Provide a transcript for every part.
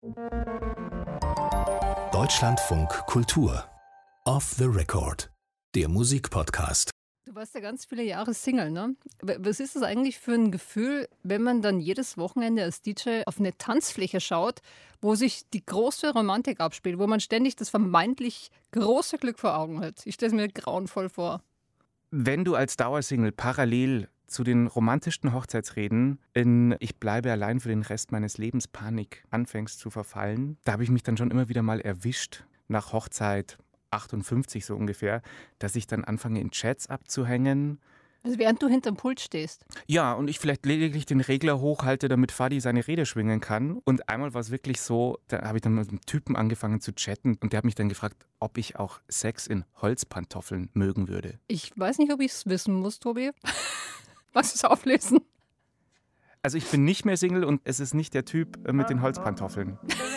Deutschlandfunk Kultur. Off the Record. Der Musikpodcast. Du warst ja ganz viele Jahre Single, ne? Was ist das eigentlich für ein Gefühl, wenn man dann jedes Wochenende als DJ auf eine Tanzfläche schaut, wo sich die große Romantik abspielt, wo man ständig das vermeintlich große Glück vor Augen hat? Ich stelle es mir grauenvoll vor. Wenn du als Dauersingle parallel zu den romantischsten Hochzeitsreden in Ich bleibe allein für den Rest meines Lebens Panik anfängst zu verfallen, da habe ich mich dann schon immer wieder mal erwischt, nach Hochzeit 58 so ungefähr, dass ich dann anfange in Chats abzuhängen. Also während du hinterm Pult stehst. Ja, und ich vielleicht lediglich den Regler hochhalte, damit Fadi seine Rede schwingen kann. Und einmal war es wirklich so, da habe ich dann mit einem Typen angefangen zu chatten und der hat mich dann gefragt, ob ich auch Sex in Holzpantoffeln mögen würde. Ich weiß nicht, ob ich es wissen muss, Tobi. Magst du es auflesen? Also ich bin nicht mehr Single und es ist nicht der Typ mit den Holzpantoffeln.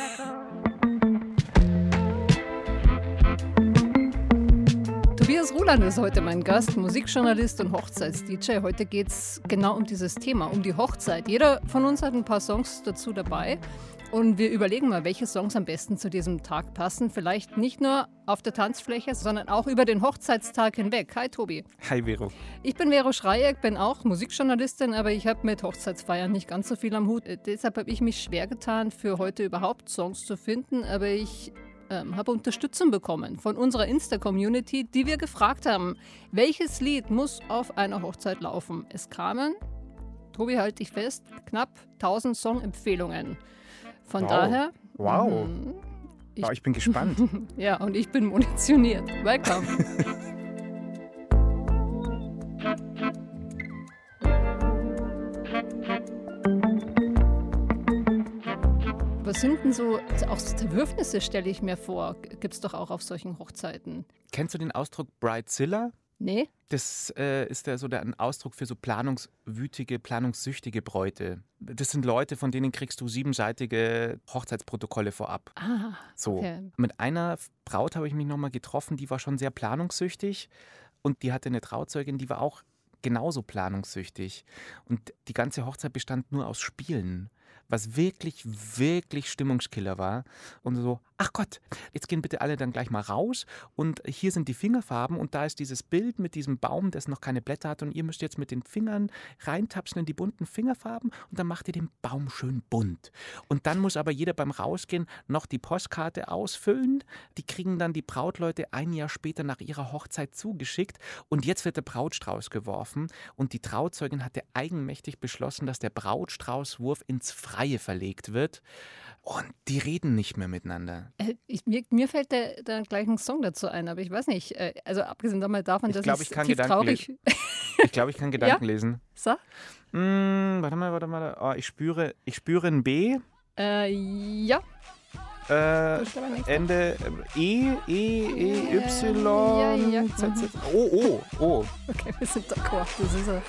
Tobias Ruland ist heute mein Gast, Musikjournalist und Hochzeits-DJ. Heute geht es genau um dieses Thema, um die Hochzeit. Jeder von uns hat ein paar Songs dazu dabei und wir überlegen mal, welche Songs am besten zu diesem Tag passen. Vielleicht nicht nur auf der Tanzfläche, sondern auch über den Hochzeitstag hinweg. Hi Tobi. Hi Vero. Ich bin Vero Schreieck, bin auch Musikjournalistin, aber ich habe mit Hochzeitsfeiern nicht ganz so viel am Hut. Deshalb habe ich mich schwer getan, für heute überhaupt Songs zu finden, aber ich habe Unterstützung bekommen von unserer Insta-Community, die wir gefragt haben, welches Lied muss auf einer Hochzeit laufen. Es kamen, Tobi, halt dich fest, knapp 1000 Songempfehlungen. Von daher... Wow. Ich bin gespannt. Ja, und ich bin munitioniert. Welcome. Was sind denn so, auch so Zerwürfnisse, stelle ich mir vor, gibt es doch auch auf solchen Hochzeiten. Kennst du den Ausdruck Bridezilla? Nee. Das ist ein Ausdruck für so planungswütige, planungssüchtige Bräute. Das sind Leute, von denen kriegst du 7-seitige Hochzeitsprotokolle vorab. Ah, so. Okay. Mit einer Braut habe ich mich nochmal getroffen, die war schon sehr planungssüchtig und die hatte eine Trauzeugin, die war auch genauso planungssüchtig. Und die ganze Hochzeit bestand nur aus Spielen, was wirklich, wirklich Stimmungskiller war. Und so, ach Gott, jetzt gehen bitte alle dann gleich mal raus und hier sind die Fingerfarben und da ist dieses Bild mit diesem Baum, das noch keine Blätter hat und ihr müsst jetzt mit den Fingern reintapsen in die bunten Fingerfarben und dann macht ihr den Baum schön bunt. Und dann muss aber jeder beim Rausgehen noch die Postkarte ausfüllen. Die kriegen dann die Brautleute ein Jahr später nach ihrer Hochzeit zugeschickt und jetzt wird der Brautstrauß geworfen und die Trauzeugin hatte eigenmächtig beschlossen, dass der Brautstraußwurf ins Freie verlegt wird und die reden nicht mehr miteinander. Mir fällt da gleich ein Song dazu ein, aber ich weiß nicht, also abgesehen davon, dass ich es tief traurig... Ich glaube, ich kann Gedanken lesen. So? Warte mal. Oh, ich spüre ein B. Ja. Ende Y, ja. Z, Z. Oh. Okay, wir sind d'accord. Das ist so.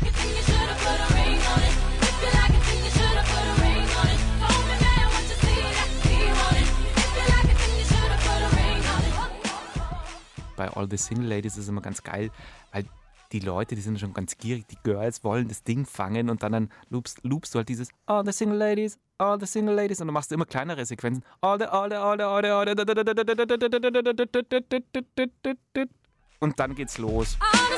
Bei All the Single Ladies ist es immer ganz geil, weil die Leute, die sind schon ganz gierig, die Girls wollen das Ding fangen und dann loopst du halt dieses All the Single Ladies und dann machst du immer kleinere Sequenzen. Und dann geht's los.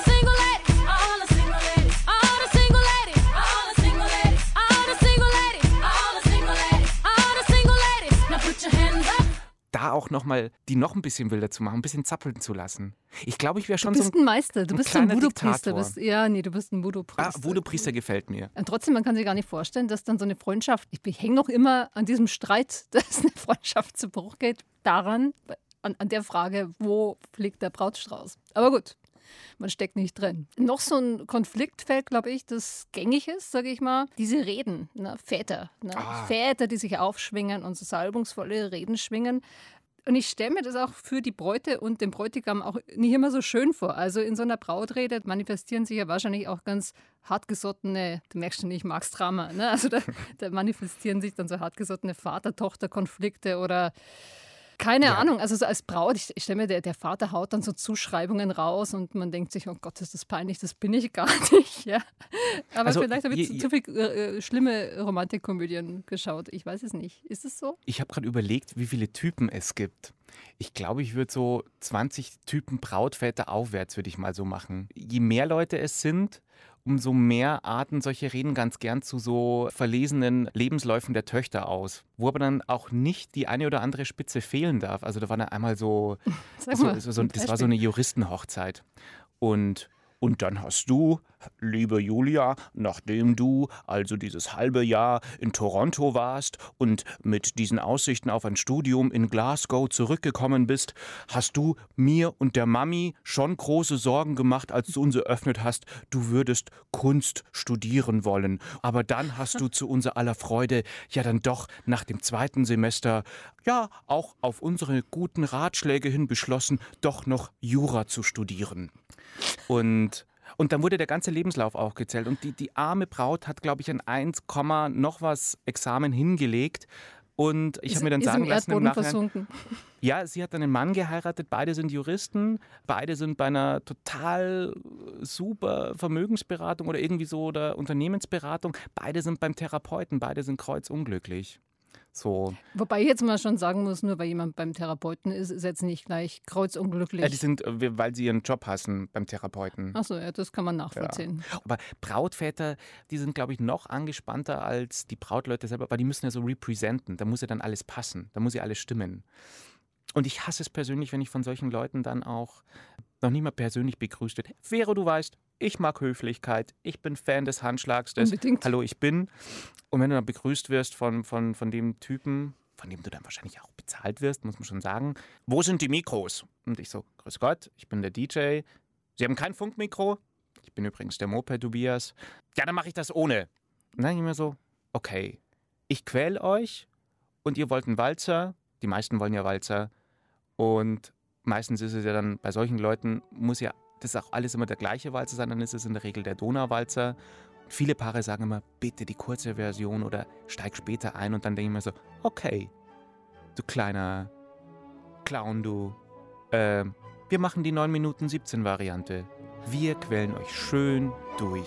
Da auch nochmal die noch ein bisschen wilder zu machen, ein bisschen zappeln zu lassen. Ich glaube, ich wäre schon so ein... Du bist ein Meister, du bist ein Voodoo-Priester. Diktator. Du bist ein Voodoo-Priester. Voodoo-Priester gefällt mir. Und trotzdem, man kann sich gar nicht vorstellen, dass dann so eine Freundschaft, ich hänge noch immer an diesem Streit, dass eine Freundschaft zu Bruch geht, daran, an der Frage, wo fliegt der Brautstrauß. Aber gut, man steckt nicht drin. Noch so ein Konfliktfeld, glaube ich, das gängig ist, sage ich mal, diese Reden, Väter. Väter, die sich aufschwingen und so salbungsvolle Reden schwingen. Und ich stelle mir das auch für die Bräute und den Bräutigam auch nicht immer so schön vor. Also in so einer Brautrede manifestieren sich ja wahrscheinlich auch ganz hartgesottene, du merkst schon, ich mag's Drama, da manifestieren sich dann so hartgesottene Vater-Tochter-Konflikte oder Keine Ahnung, also so als Braut, ich stelle mir, der Vater haut dann so Zuschreibungen raus und man denkt sich, oh Gott, ist das peinlich, das bin ich gar nicht. Ja. Aber Also, vielleicht habe ich zu viel schlimme Romantikkomödien geschaut. Ich weiß es nicht. Ist es so? Ich habe gerade überlegt, wie viele Typen es gibt. Ich glaube, ich würde so 20 Typen Brautväter aufwärts, würde ich mal so machen. Je mehr Leute es sind, umso mehr arten solche Reden ganz gern zu so verlesenen Lebensläufen der Töchter aus. Wo aber dann auch nicht die eine oder andere Spitze fehlen darf. Also da war dann einmal Sag mal, das war so eine Juristenhochzeit. Und dann hast du, liebe Julia, nachdem du also dieses halbe Jahr in Toronto warst und mit diesen Aussichten auf ein Studium in Glasgow zurückgekommen bist, hast du mir und der Mami schon große Sorgen gemacht, als du uns eröffnet hast, du würdest Kunst studieren wollen. Aber dann hast du zu unser aller Freude ja dann doch nach dem 2. Semester, ja, auch auf unsere guten Ratschläge hin beschlossen, doch noch Jura zu studieren. Und dann wurde der ganze Lebenslauf aufgezählt. Und die arme Braut hat, glaube ich, ein 1, noch was Examen hingelegt. Und ich habe mir dann sagen lassen im Nachhinein, versunken. Ja, sie hat dann einen Mann geheiratet, beide sind Juristen, beide sind bei einer total super Vermögensberatung oder irgendwie so oder Unternehmensberatung, beide sind beim Therapeuten, beide sind kreuzunglücklich. So. Wobei ich jetzt mal schon sagen muss, nur weil jemand beim Therapeuten ist jetzt nicht gleich kreuzunglücklich. Die sind, weil sie ihren Job hassen beim Therapeuten. Achso, ja, das kann man nachvollziehen. Ja. Aber Brautväter, die sind, glaube ich, noch angespannter als die Brautleute selber, weil die müssen ja so representen. Da muss ja dann alles passen, da muss ja alles stimmen. Und ich hasse es persönlich, wenn ich von solchen Leuten dann auch noch nicht mal persönlich begrüßt wird. Vero, du weißt, ich mag Höflichkeit, ich bin Fan des Handschlags, des Unbedingt. Hallo, ich bin. Und wenn du dann begrüßt wirst von dem Typen, von dem du dann wahrscheinlich auch bezahlt wirst, muss man schon sagen, wo sind die Mikros? Und ich so, grüß Gott, ich bin der DJ. Sie haben kein Funkmikro? Ich bin übrigens der Moped-Tobias. Ja, dann mache ich das ohne. Und dann denke ich mir so, okay, ich quäl euch und ihr wollt einen Walzer. Die meisten wollen ja Walzer. Und meistens ist es ja dann, bei solchen Leuten muss ja das auch alles immer der gleiche Walzer sein, dann ist es in der Regel der Donauwalzer. Und viele Paare sagen immer, bitte die kurze Version oder steig später ein. Und dann denke ich mir so, okay, du kleiner Clown, du, wir machen die 9 Minuten 17 Variante. Wir quälen euch schön durch.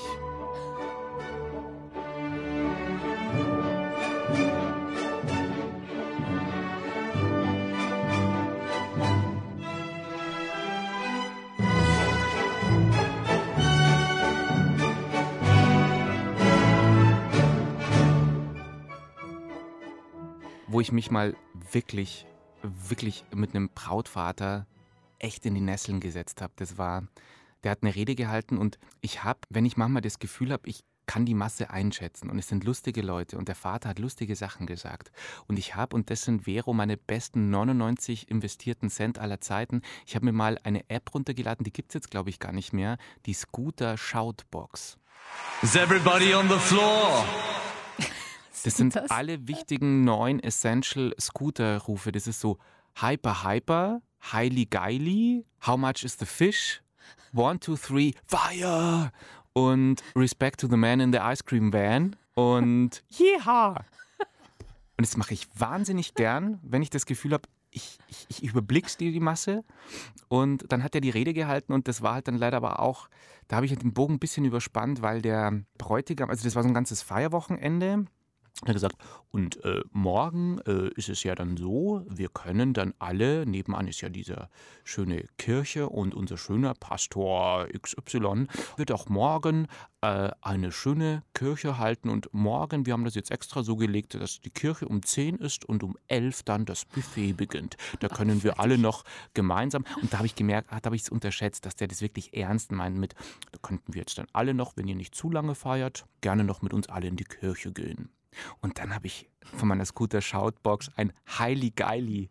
Wo ich mich mal wirklich mit einem Brautvater echt in die Nesseln gesetzt habe. Der hat eine Rede gehalten und ich habe, wenn ich manchmal das Gefühl habe, ich kann die Masse einschätzen und es sind lustige Leute und der Vater hat lustige Sachen gesagt. Und das sind Vero, meine besten 99 investierten Cent aller Zeiten. Ich habe mir mal eine App runtergeladen, die gibt es jetzt glaube ich gar nicht mehr, die Scooter Shoutbox. Is everybody on the floor? Das sind alle wichtigen 9 Essential Scooter-Rufe. Das ist so Hyper, Hyper, Highly, Geily, How much is the fish? 1, 2, 3, Fire! Und Respect to the man in the ice cream van. Und Yeehaw! Und das mache ich wahnsinnig gern, wenn ich das Gefühl habe, ich überblick's die Masse. Und dann hat er die Rede gehalten und das war halt dann leider aber auch, da habe ich den Bogen ein bisschen überspannt, weil der Bräutigam, also das war so ein ganzes Feierwochenende. Er hat gesagt, und morgen ist es ja dann so, wir können dann alle, nebenan ist ja diese schöne Kirche und unser schöner Pastor XY wird auch morgen eine schöne Kirche halten und morgen, wir haben das jetzt extra so gelegt, dass die Kirche um 10 ist und um 11 dann das Buffet beginnt. Da können wir alle noch gemeinsam, und da habe ich gemerkt, da habe ich es unterschätzt, dass der das wirklich ernst meint mit, da könnten wir jetzt dann alle noch, wenn ihr nicht zu lange feiert, gerne noch mit uns alle in die Kirche gehen. Und dann habe ich von meiner Scooter Shoutbox ein Highly Geily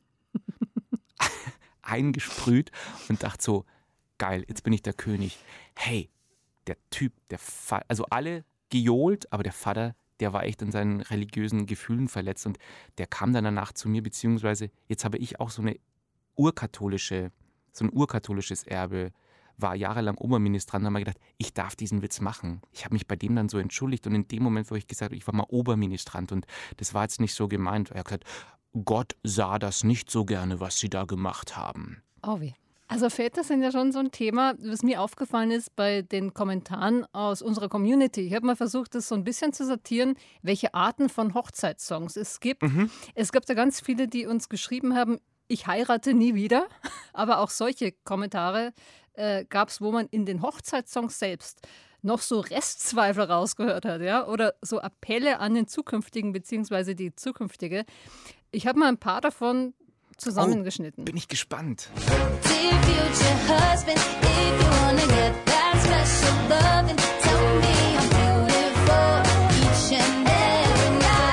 eingesprüht und dachte so, geil, jetzt bin ich der König. Hey, der Typ, also alle gejohlt, aber der Vater, der war echt in seinen religiösen Gefühlen verletzt und der kam dann danach zu mir, beziehungsweise jetzt habe ich auch so ein urkatholisches Erbe, war jahrelang Oberministrant und habe mir gedacht, ich darf diesen Witz machen. Ich habe mich bei dem dann so entschuldigt und in dem Moment, wo ich gesagt habe, ich war mal Oberministrant und das war jetzt nicht so gemeint. Er hat gesagt, Gott sah das nicht so gerne, was sie da gemacht haben. Oh weh. Also Väter sind ja schon so ein Thema, was mir aufgefallen ist bei den Kommentaren aus unserer Community. Ich habe mal versucht, das so ein bisschen zu sortieren, welche Arten von Hochzeitssongs es gibt. Es gab da ganz viele, die uns geschrieben haben, ich heirate nie wieder. Aber auch solche Kommentare gab es, wo man in den Hochzeitssongs selbst noch so Restzweifel rausgehört hat, ja? Oder so Appelle an den Zukünftigen bzw. die Zukünftige. Ich habe mal ein paar davon zusammengeschnitten. Bin ich gespannt. Dear future husband, if you wanna get that special loving, tell me I'm beautiful each and every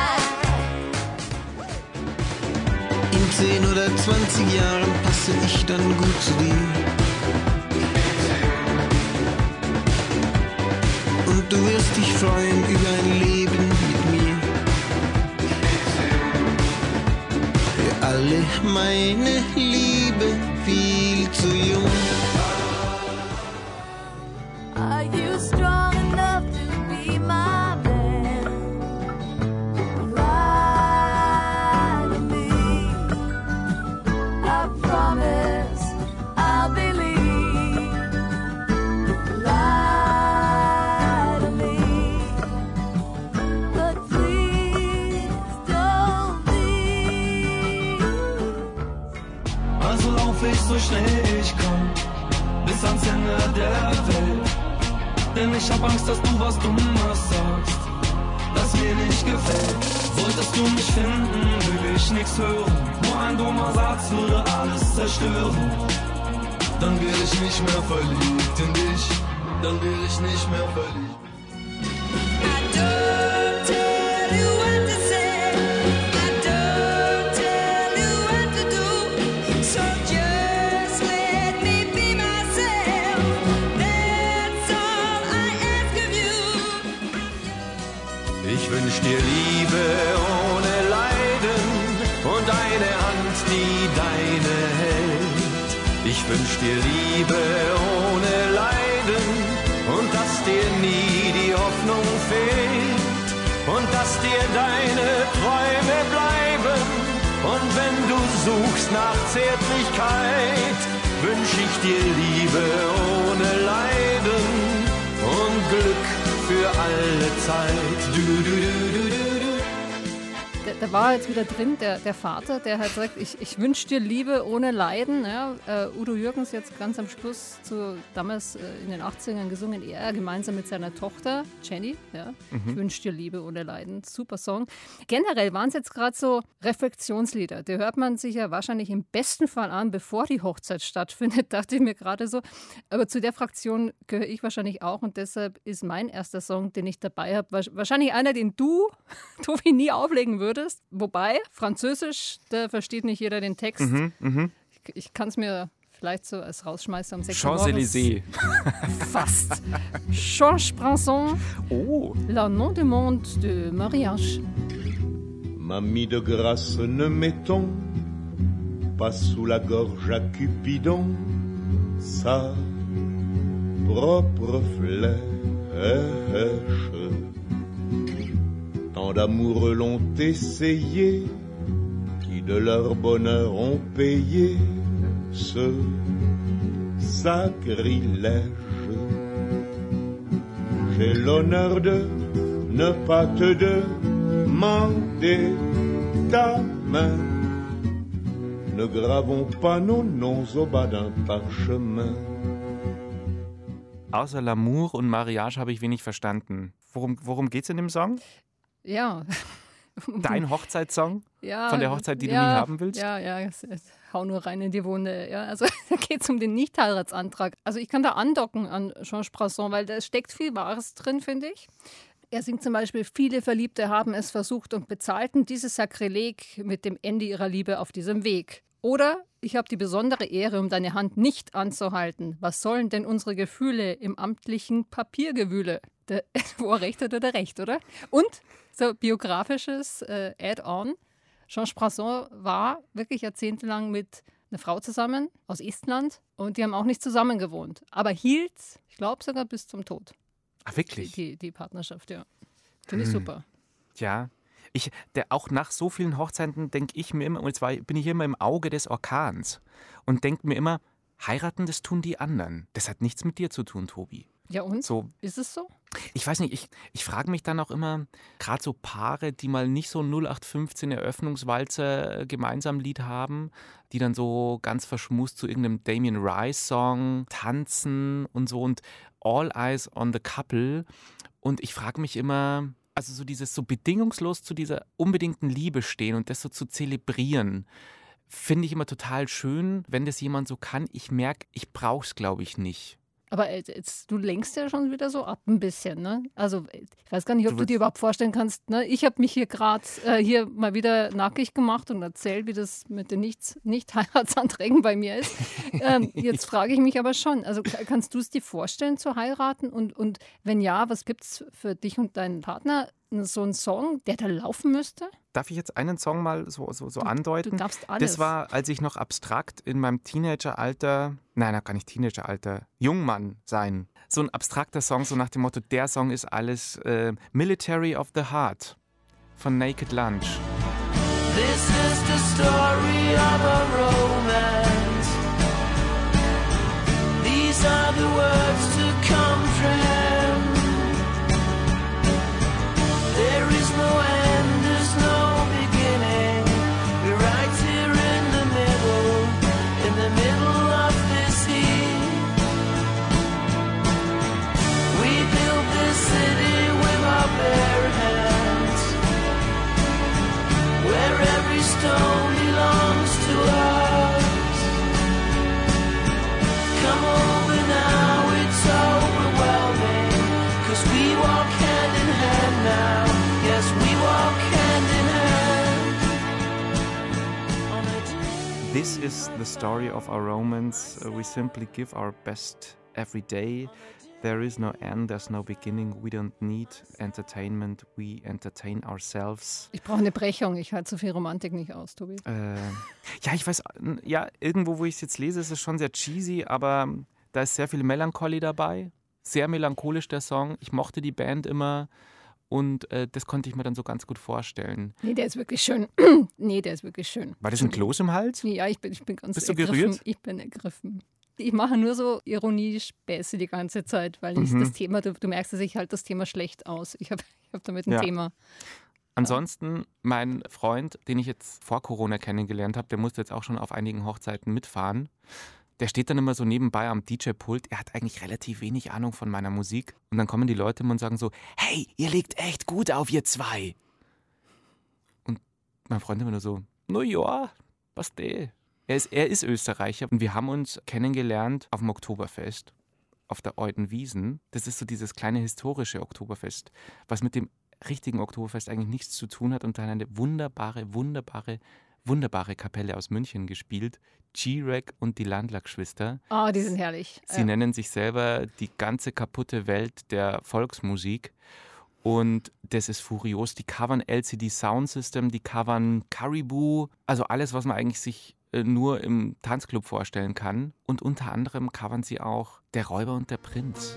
night. In 10 oder 20 Jahren passe ich dann gut zu dir. Und du wirst dich freuen über ein Leben mit mir. Für alle meine Liebe viel zu jung. Are you strong enough to be my man? Lie to me. I promise I'll believe. Lie to me. But please don't leave. Also lauf ich so schnell ich kann, bis ans Ende der Welt. Denn ich hab Angst, dass du was Dummes sagst, das mir nicht gefällt. Wolltest du mich finden, will ich nichts hören. Nur ein dummer Satz würde alles zerstören. Dann wär ich nicht mehr verliebt in dich. Dann wär ich nicht mehr verliebt. I don't tell you what to say. I don't tell you what to do. So just let me be myself. That's all I ask of you. Ich wünsch dir Liebe ohne Leiden und eine Hand, die deine hält. Ich wünsch dir Liebe ohne Leiden und dass dir nie die Hoffnung fehlt und dass dir deine Träume bleiben. Und wenn du suchst nach Zärtlichkeit, wünsch ich dir Liebe ohne Leiden und Glück für alle Zeit. Du, du, du, du, du. Da war jetzt wieder drin, der Vater, der halt sagt, ich wünsche dir Liebe ohne Leiden. Ja, Udo Jürgens jetzt ganz am Schluss, damals in den 80ern gesungen, er gemeinsam mit seiner Tochter Jenny. Ja, Ich wünsche dir Liebe ohne Leiden. Super Song. Generell waren es jetzt gerade so Reflexionslieder. Die hört man sich ja wahrscheinlich im besten Fall an, bevor die Hochzeit stattfindet, dachte ich mir gerade so. Aber zu der Fraktion gehöre ich wahrscheinlich auch und deshalb ist mein erster Song, den ich dabei habe, wahrscheinlich einer, den du, Tobi, nie auflegen würdest. Wobei, Französisch, da versteht nicht jeder den Text. Ich kann es mir vielleicht so als Rausschmeißer um 6 Uhr Champs-Élysées. fast. Georges Brassens, Oh. La Nom du Monde de Mariage. Mamie de grâce, ne mettons pas sous la gorge à Cupidon sa propre flèche. Tant d'amoureux l'ont essayé, qui de leur bonheur ont payé ce sacrilège. J'ai l'honneur de ne pas te demander ta main. Ne gravons pas nos noms au bas d'un parchemin. Außer L'amour und Mariage habe ich wenig verstanden. Worum geht's in dem Song? Ja. Dein Hochzeitssong? Ja, Von der Hochzeit, die du nie haben willst? Ja, hau nur rein in die Wunde. Ja, also da geht es um den Nichtheiratsantrag. Also ich kann da andocken an Georges Brassens, weil da steckt viel Wahres drin, finde ich. Er singt zum Beispiel, viele Verliebte haben es versucht und bezahlten dieses Sakrileg mit dem Ende ihrer Liebe auf diesem Weg. Oder, ich habe die besondere Ehre, um deine Hand nicht anzuhalten. Was sollen denn unsere Gefühle im amtlichen Papiergewühle? Wo er recht hat oder recht, oder? Und so biografisches Add-on. Georges Brassens war wirklich jahrzehntelang mit einer Frau zusammen aus Estland und die haben auch nicht zusammen gewohnt. Aber hielt, ich glaube sogar bis zum Tod. Ach, wirklich? Die Partnerschaft, ja. Finde ich super. Ja, Auch nach so vielen Hochzeiten denke ich mir immer, und zwar bin ich immer im Auge des Orkans und denke mir immer, heiraten, das tun die anderen. Das hat nichts mit dir zu tun, Tobi. Ja und? So, Ist es so? ich weiß nicht, ich frage mich dann auch immer, gerade so Paare, die mal nicht so 0815 Eröffnungswalzer gemeinsam Lied haben, die dann so ganz verschmust zu irgendeinem Damien Rice-Song tanzen und so und All Eyes on the Couple. Und ich frage mich immer, also so dieses so bedingungslos zu dieser unbedingten Liebe stehen und das so zu zelebrieren, finde ich immer total schön, wenn das jemand so kann. Ich merke, ich brauche es, glaube ich, nicht. Aber jetzt, du lenkst ja schon wieder so ab ein bisschen, ne? Also ich weiß gar nicht, ob du dir überhaupt vorstellen kannst, ne? Ich habe mich hier gerade hier mal wieder nackig gemacht und erzählt, wie das mit den Nicht-Heiratsanträgen bei mir ist. Jetzt frage ich mich aber schon, also kannst du es dir vorstellen zu heiraten? Und wenn ja, was gibt es für dich und deinen Partner? So einen Song, der da laufen müsste? Darf ich jetzt einen Song mal so andeuten? Du darfst alles. Das war, als ich noch abstrakt in meinem Teenageralter, nein, gar nicht Teenageralter, Jungmann sein. So ein abstrakter Song, so nach dem Motto, der Song ist alles Military of the Heart von Naked Lunch. This is the story of a romance. These are the words to come from. There is no end, there's no beginning. We're right here in the middle of this heat. We built this city with our bare hands, where every stone belongs to us. Come over now, it's overwhelming, 'cause we walk hand in hand now. Yes, we walk hand in hand on a day. This is the story of our romance. We simply give our best every day. There is no end, there's no beginning. We don't need entertainment, we entertain ourselves. Ich brauche eine Brechung, ich halte so viel Romantik nicht aus, Tobi. Ja, ich weiß, ja, irgendwo, wo ich es jetzt lese, ist es schon sehr cheesy, aber da ist sehr viel Melancholie dabei. Sehr melancholisch der Song. Ich mochte die Band immer und das konnte ich mir dann so ganz gut vorstellen. Nee, der ist wirklich schön. Nee, der ist wirklich schön. War das ein Kloß im Hals? Ja, ich bin ganz Bist du ergriffen. gerührt? Ich bin ergriffen. Ich mache nur so Ironie-Späße die ganze Zeit, weil ich das Thema, du merkst, dass ich halt das Thema schlecht aus. Ich hab damit ein Ja. Thema. Ansonsten, mein Freund, den ich jetzt vor Corona kennengelernt habe, der musste jetzt auch schon auf einigen Hochzeiten mitfahren. Der steht dann immer so nebenbei am DJ-Pult. Er hat eigentlich relativ wenig Ahnung von meiner Musik. Und dann kommen die Leute immer und sagen so, hey, ihr legt echt gut auf, ihr zwei. Und mein Freund immer nur so, na ja, was de? Er ist Österreicher und wir haben uns kennengelernt auf dem Oktoberfest, auf der Eudenwiesen. Das ist so dieses kleine historische Oktoberfest, was mit dem richtigen Oktoberfest eigentlich nichts zu tun hat und dann eine wunderbare Kapelle aus München gespielt. G-Rec und die Landler-Geschwister. Ah, die sind herrlich. Sie nennen sich selber die ganze kaputte Welt der Volksmusik. Und das ist furios. Die covern LCD Sound System, die covern Caribou. Also alles, was man eigentlich sich nur im Tanzclub vorstellen kann. Und unter anderem covern sie auch Der Räuber und der Prinz.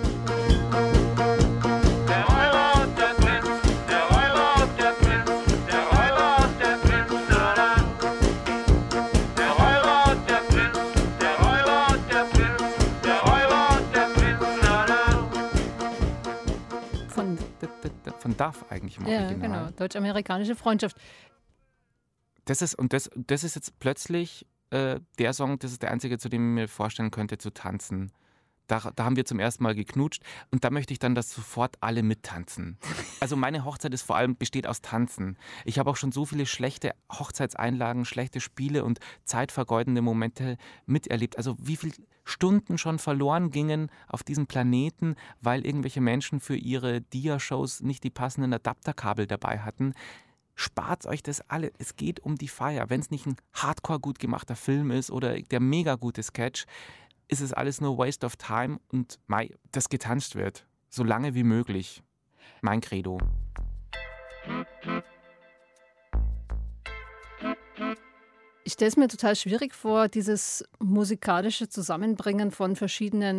Von Duff eigentlich im Ja, Original. genau. Deutsch-amerikanische Freundschaft. Das ist jetzt plötzlich der Song, das ist der einzige, zu dem ich mir vorstellen könnte, zu tanzen. Da haben wir zum ersten Mal geknutscht und da möchte ich dann, dass sofort alle mittanzen. Also meine Hochzeit besteht aus Tanzen. Ich habe auch schon so viele schlechte Hochzeitseinlagen, schlechte Spiele und zeitvergeudende Momente miterlebt. Also wie viele Stunden schon verloren gingen auf diesem Planeten, weil irgendwelche Menschen für ihre Dia-Shows nicht die passenden Adapterkabel dabei hatten. Spart euch das alle. Es geht um die Feier. Wenn es nicht ein hardcore gut gemachter Film ist oder der mega gute Sketch, ist es alles nur Waste of Time und das getanzt wird. So lange wie möglich. Mein Credo. Ich stelle es mir total schwierig vor, dieses musikalische Zusammenbringen von verschiedenen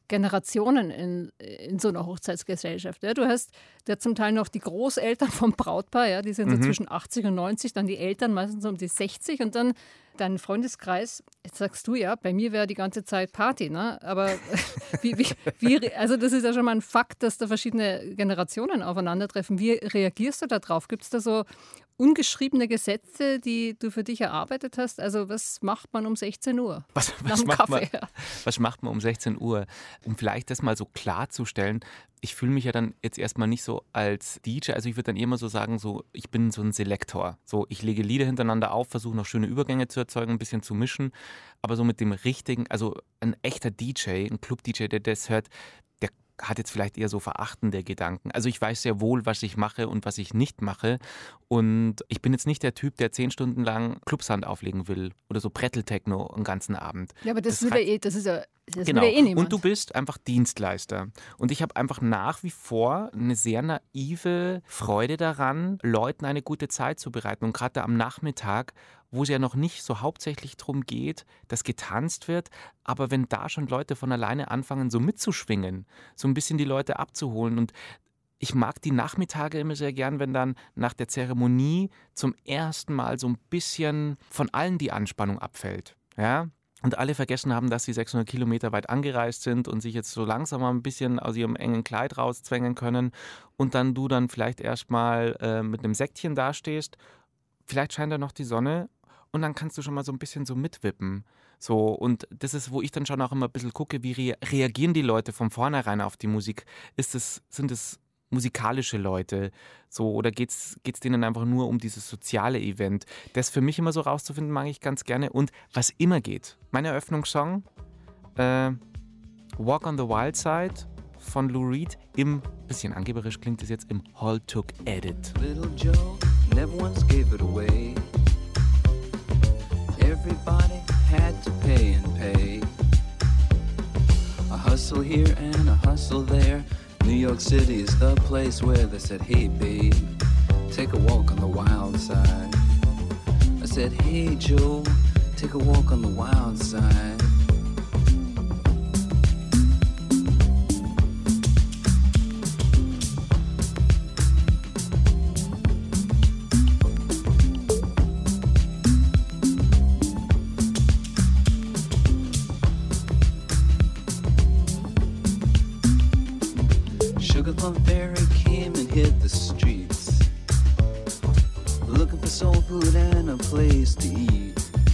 Generationen in so einer Hochzeitsgesellschaft. Ja? Du hast ja zum Teil noch die Großeltern vom Brautpaar, ja? Die sind so zwischen 80 und 90, dann die Eltern meistens um die 60 und dann dein Freundeskreis. Jetzt sagst du ja, bei mir wäre die ganze Zeit Party, ne? Aber also das ist ja schon mal ein Fakt, dass da verschiedene Generationen aufeinandertreffen. Wie reagierst du da drauf? Gibt es da so ungeschriebene Gesetze, die du für dich erarbeitet hast? Also was macht man um 16 Uhr? Was macht man um 16 Uhr? Um vielleicht das mal so klarzustellen, ich fühle mich ja dann jetzt erstmal nicht so als DJ, also ich würde dann immer so sagen, so, ich bin so ein Selektor. So, ich lege Lieder hintereinander auf, versuche noch schöne Übergänge zu erzeugen, ein bisschen zu mischen, aber so mit dem richtigen, also ein echter DJ, ein Club-DJ, der das hört, der hat jetzt vielleicht eher so verachtende Gedanken. Also ich weiß sehr wohl, was ich mache und was ich nicht mache. Und ich bin jetzt nicht der Typ, der 10 Stunden lang Clubsound auflegen will oder so Bretteltechno den ganzen Abend. Ja, aber das ist ja genau. niemand. Und du bist einfach Dienstleister. Und ich habe einfach nach wie vor eine sehr naive Freude daran, Leuten eine gute Zeit zu bereiten. Und gerade am Nachmittag, wo es ja noch nicht so hauptsächlich darum geht, dass getanzt wird, aber wenn da schon Leute von alleine anfangen, so mitzuschwingen, so ein bisschen die Leute abzuholen. Und ich mag die Nachmittage immer sehr gern, wenn dann nach der Zeremonie zum ersten Mal so ein bisschen von allen die Anspannung abfällt. Ja? Und alle vergessen haben, dass sie 600 Kilometer weit angereist sind und sich jetzt so langsam mal ein bisschen aus ihrem engen Kleid rauszwängen können. Und dann du dann vielleicht erstmal mit einem Säckchen dastehst. Vielleicht scheint da noch die Sonne. Und dann kannst du schon mal so ein bisschen so mitwippen. So, und das ist, wo ich dann schon auch immer ein bisschen gucke, wie reagieren die Leute von vornherein auf die Musik? Sind es musikalische Leute? So, oder geht's denen einfach nur um dieses soziale Event? Das für mich immer so rauszufinden, mag ich ganz gerne. Und was immer geht, mein Eröffnungssong, Walk on the Wild Side von Lou Reed, bisschen angeberisch klingt es jetzt, im Holtook Edit. Little Joe never once gave it away. Everybody had to pay and pay. A hustle here and a hustle there. New York City is the place where they said, hey babe, take a walk on the wild side. I said, hey Joe, take a walk on the wild side. Sugarplum Fairy came and hit the streets, looking for soul food and a place to eat.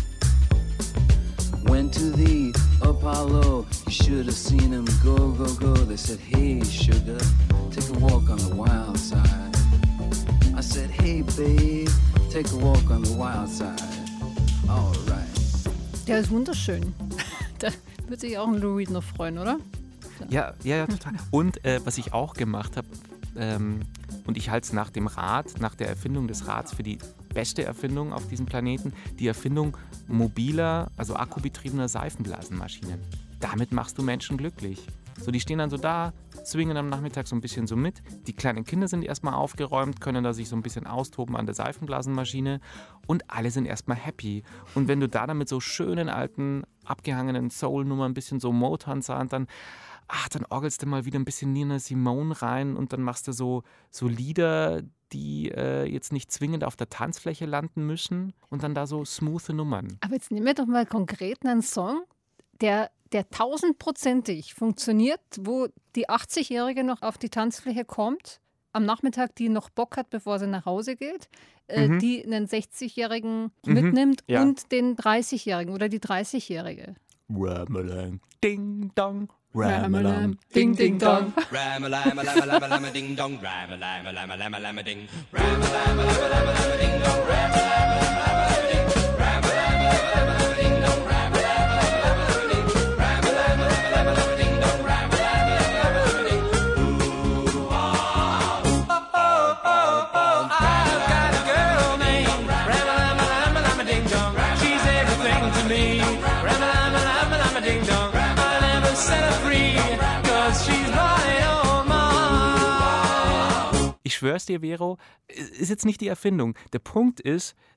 Went to the Apollo, you should have seen him go, go, go. They said, hey sugar, take a walk on the wild side. I said, hey babe, take a walk on the wild side. Alright. Der ist wunderschön. Da wird sich auch ein Lou Reed noch freuen, oder? Ja, total. Und was ich auch gemacht habe, und ich halte es nach der Erfindung des Rads für die beste Erfindung auf diesem Planeten, die Erfindung mobiler, also akkubetriebener Seifenblasenmaschinen. Damit machst du Menschen glücklich. So, die stehen dann so da, swingen am Nachmittag so ein bisschen so mit. Die kleinen Kinder sind erstmal aufgeräumt, können da sich so ein bisschen austoben an der Seifenblasenmaschine und alle sind erstmal happy. Und wenn du da dann mit so schönen alten, abgehangenen Soul-Nummern ein bisschen so Motown-Sound dann orgelst du mal wieder ein bisschen Nina Simone rein und dann machst du so Lieder, die jetzt nicht zwingend auf der Tanzfläche landen müssen und dann da so smoothe Nummern. Aber jetzt nehmen wir doch mal konkret einen Song, der 1000%ig funktioniert, wo die 80-Jährige noch auf die Tanzfläche kommt, am Nachmittag die noch Bock hat, bevor sie nach Hause geht, die einen 60-Jährigen mitnimmt und den 30-Jährigen oder die 30-Jährige. Ramalam, ding dong. Ramalam, ding ding dong. Ramalama lama lama lama ding dong. Ramalama lama lama lama ding. Ramalama lama lama lama ding dong. Ramalama lama lama ding. Ramalama lama lama ding dong. Ramalama lama lama ding. Ramalama lama lama ding dong. Ramalama lama ding. Ooh ah oh oh oh oh. I've got a girl named Ramalama lama lama ding dong. She's everything to me. Ramalama lama lama ding dong. Set her free, 'cause she's right on mine. Ich schwör's dir, Vero, ist jetzt nicht die Erfindung. Der Punkt ist,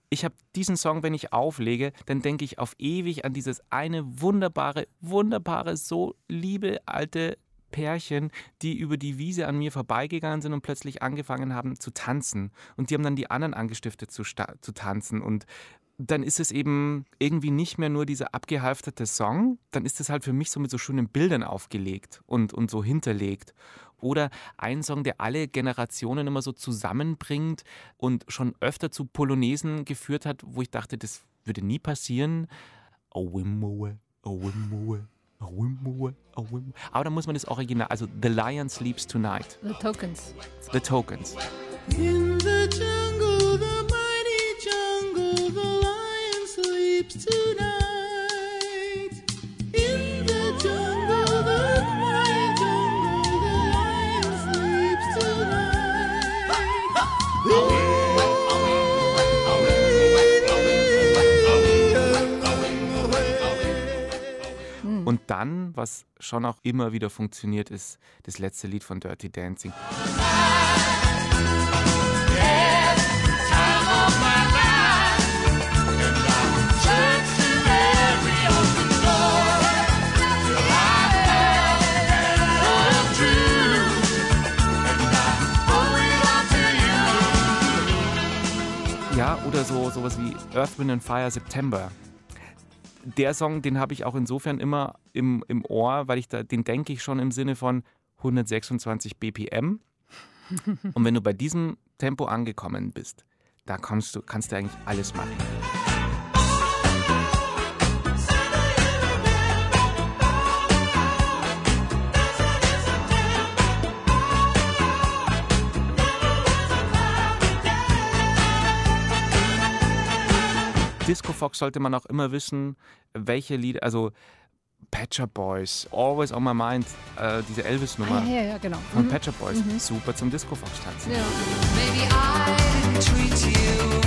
Ich habe diesen Song, wenn ich auflege, dann denke ich auf ewig an dieses eine wunderbare, so liebe alte Pärchen, die über die Wiese an mir vorbeigegangen sind und plötzlich angefangen haben zu tanzen. Und die haben dann die anderen angestiftet zu tanzen. Und dann ist es eben irgendwie nicht mehr nur dieser abgehalfterte Song, dann ist es halt für mich so mit so schönen Bildern aufgelegt und so hinterlegt. Oder ein Song, der alle Generationen immer so zusammenbringt und schon öfter zu Polonesen geführt hat, wo ich dachte, das würde nie passieren. Oh, Wimmoe, oh, Wimmoe. Aber da muss man das Original, also The Lion Sleeps Tonight. The Tokens. The Tokens. In the jungle, the mighty jungle, the lion sleeps tonight. In the jungle, the mighty jungle, the lion sleeps tonight. Und dann, was schon auch immer wieder funktioniert, ist das letzte Lied von Dirty Dancing. Ja, oder sowas wie Earth, Wind and Fire September. Der Song, den habe ich auch insofern immer im Ohr, weil den denke ich schon im Sinne von 126 BPM. Und wenn du bei diesem Tempo angekommen bist, da kannst du eigentlich alles machen. Disco Fox sollte man auch immer wissen, welche Lieder, also Pet Shop Boys, Always on My Mind, diese Elvis-Nummer Ja, genau. von Pet Shop Boys, super zum Disco Fox tanzen. Ja. Maybe I didn't treat you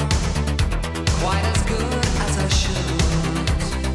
quite as good as I should.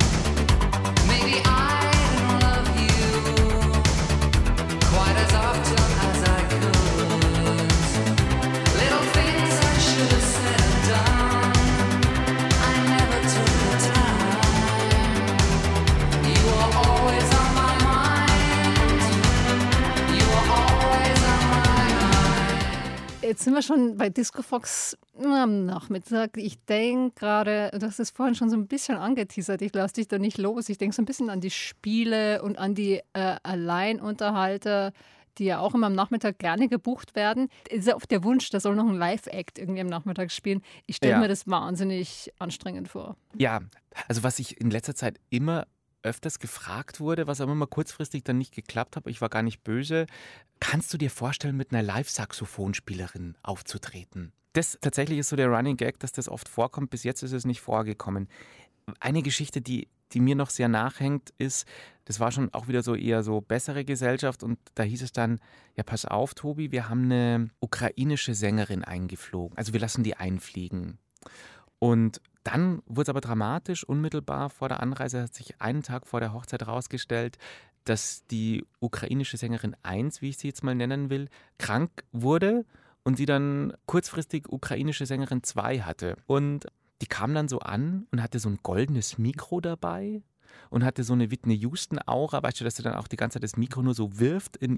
Maybe I didn't love you quite as often as I could. Little things I should have said and done, I never took the time. You were always on my mind. You were always on my mind. Jetzt sind wir schon bei Disco Fox am Nachmittag. Ich denke gerade, du hast es vorhin schon so ein bisschen angeteasert, ich lasse dich da nicht los. Ich denke so ein bisschen an die Spiele und an die Alleinunterhalter, die ja auch immer am Nachmittag gerne gebucht werden. Es ist ja oft der Wunsch, da soll noch ein Live-Act irgendwie am Nachmittag spielen. Ich stelle mir das wahnsinnig anstrengend vor. Ja, also was ich in letzter Zeit immer öfters gefragt wurde, was aber immer kurzfristig dann nicht geklappt hat, ich war gar nicht böse, kannst du dir vorstellen, mit einer Live-Saxophonspielerin aufzutreten? Das tatsächlich ist so der Running Gag, dass das oft vorkommt. Bis jetzt ist es nicht vorgekommen. Eine Geschichte, die mir noch sehr nachhängt, ist, das war schon auch wieder so eher so bessere Gesellschaft und da hieß es dann, ja pass auf Tobi, wir haben eine ukrainische Sängerin eingeflogen. Also wir lassen die einfliegen. Und dann wurde es aber dramatisch, unmittelbar vor der Anreise hat sich einen Tag vor der Hochzeit herausgestellt, dass die ukrainische Sängerin 1, wie ich sie jetzt mal nennen will, krank wurde und sie dann kurzfristig ukrainische Sängerin 2 hatte. Und die kam dann so an und hatte so ein goldenes Mikro dabei und hatte so eine Whitney Houston-Aura, weißt du, dass sie dann auch die ganze Zeit das Mikro nur so wirft in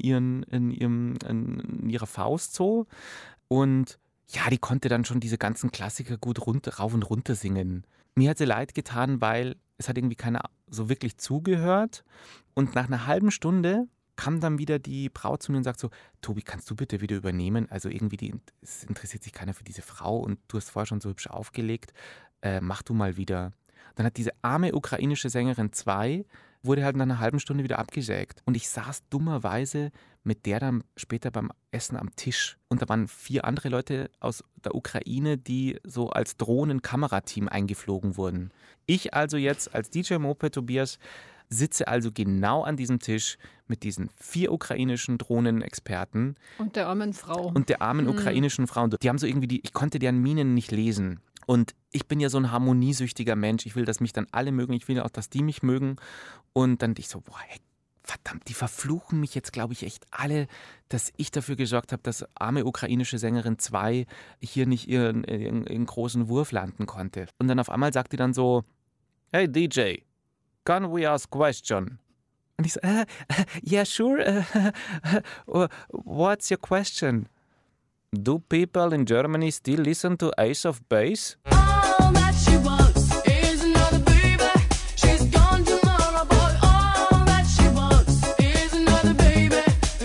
ihrer Faust so. Und ja, die konnte dann schon diese ganzen Klassiker gut rauf und runter singen. Mir hat sie leid getan, weil es hat irgendwie keiner so wirklich zugehört. Und nach einer halben Stunde kam dann wieder die Braut zu mir und sagt so, Tobi, kannst du bitte wieder übernehmen? Also irgendwie, es interessiert sich keiner für diese Frau und du hast vorher schon so hübsch aufgelegt. Mach du mal wieder. Dann hat diese arme ukrainische Sängerin 2, wurde halt nach einer halben Stunde wieder abgesägt. Und ich saß dummerweise mit der dann später beim Essen am Tisch. Und da waren 4 andere Leute aus der Ukraine, die so als Drohnen-Kamerateam eingeflogen wurden. Ich also jetzt als DJ Moped Tobias sitze also genau an diesem Tisch mit diesen 4 ukrainischen Drohnenexperten. Und der armen Frau. Und der armen ukrainischen Frau. Die haben so irgendwie ich konnte deren Mienen nicht lesen. Und ich bin ja so ein harmoniesüchtiger Mensch. Ich will, dass mich dann alle mögen. Ich will auch, dass die mich mögen. Und dann dachte ich so, boah, hey, verdammt, die verfluchen mich jetzt, glaube ich, echt alle, dass ich dafür gesorgt habe, dass arme ukrainische Sängerin 2 hier nicht ihren großen Wurf landen konnte. Und dann auf einmal sagt die dann so, hey DJ, can we ask question? Und ich so, yeah, sure. What's your question? Do people in Germany still listen to Ace of Base? All that she wants is another baby. She's gone tomorrow, but all that she wants is another baby.